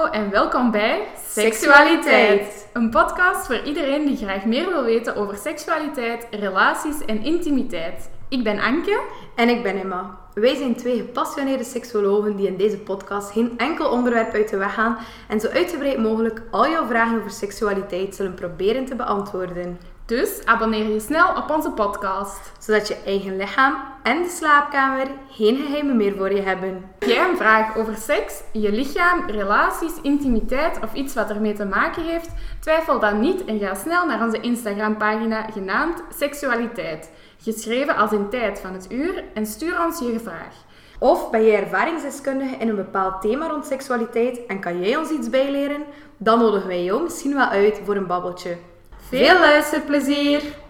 en welkom bij Seksualiteit. Een podcast voor iedereen die graag meer wil weten over seksualiteit, relaties en intimiteit. Ik ben Anke. En ik ben Emma. Wij zijn twee gepassioneerde seksologen die in deze podcast geen enkel onderwerp uit de weg gaan en zo uitgebreid mogelijk al jouw vragen over seksualiteit zullen proberen te beantwoorden. Dus abonneer je snel op onze podcast. Zodat je eigen lichaam en de slaapkamer geen geheimen meer voor je hebben. Heb jij een vraag over seks, je lichaam, relaties, intimiteit of iets wat ermee te maken heeft? Twijfel dan niet en ga snel naar onze Instagram-pagina genaamd Seksualiteit. Geschreven als in tijd van het uur en stuur ons je vraag. Of ben jij ervaringsdeskundige in een bepaald thema rond seksualiteit en kan jij ons iets bijleren? Dan nodigen wij jou misschien wel uit voor een babbeltje. Veel luisterplezier!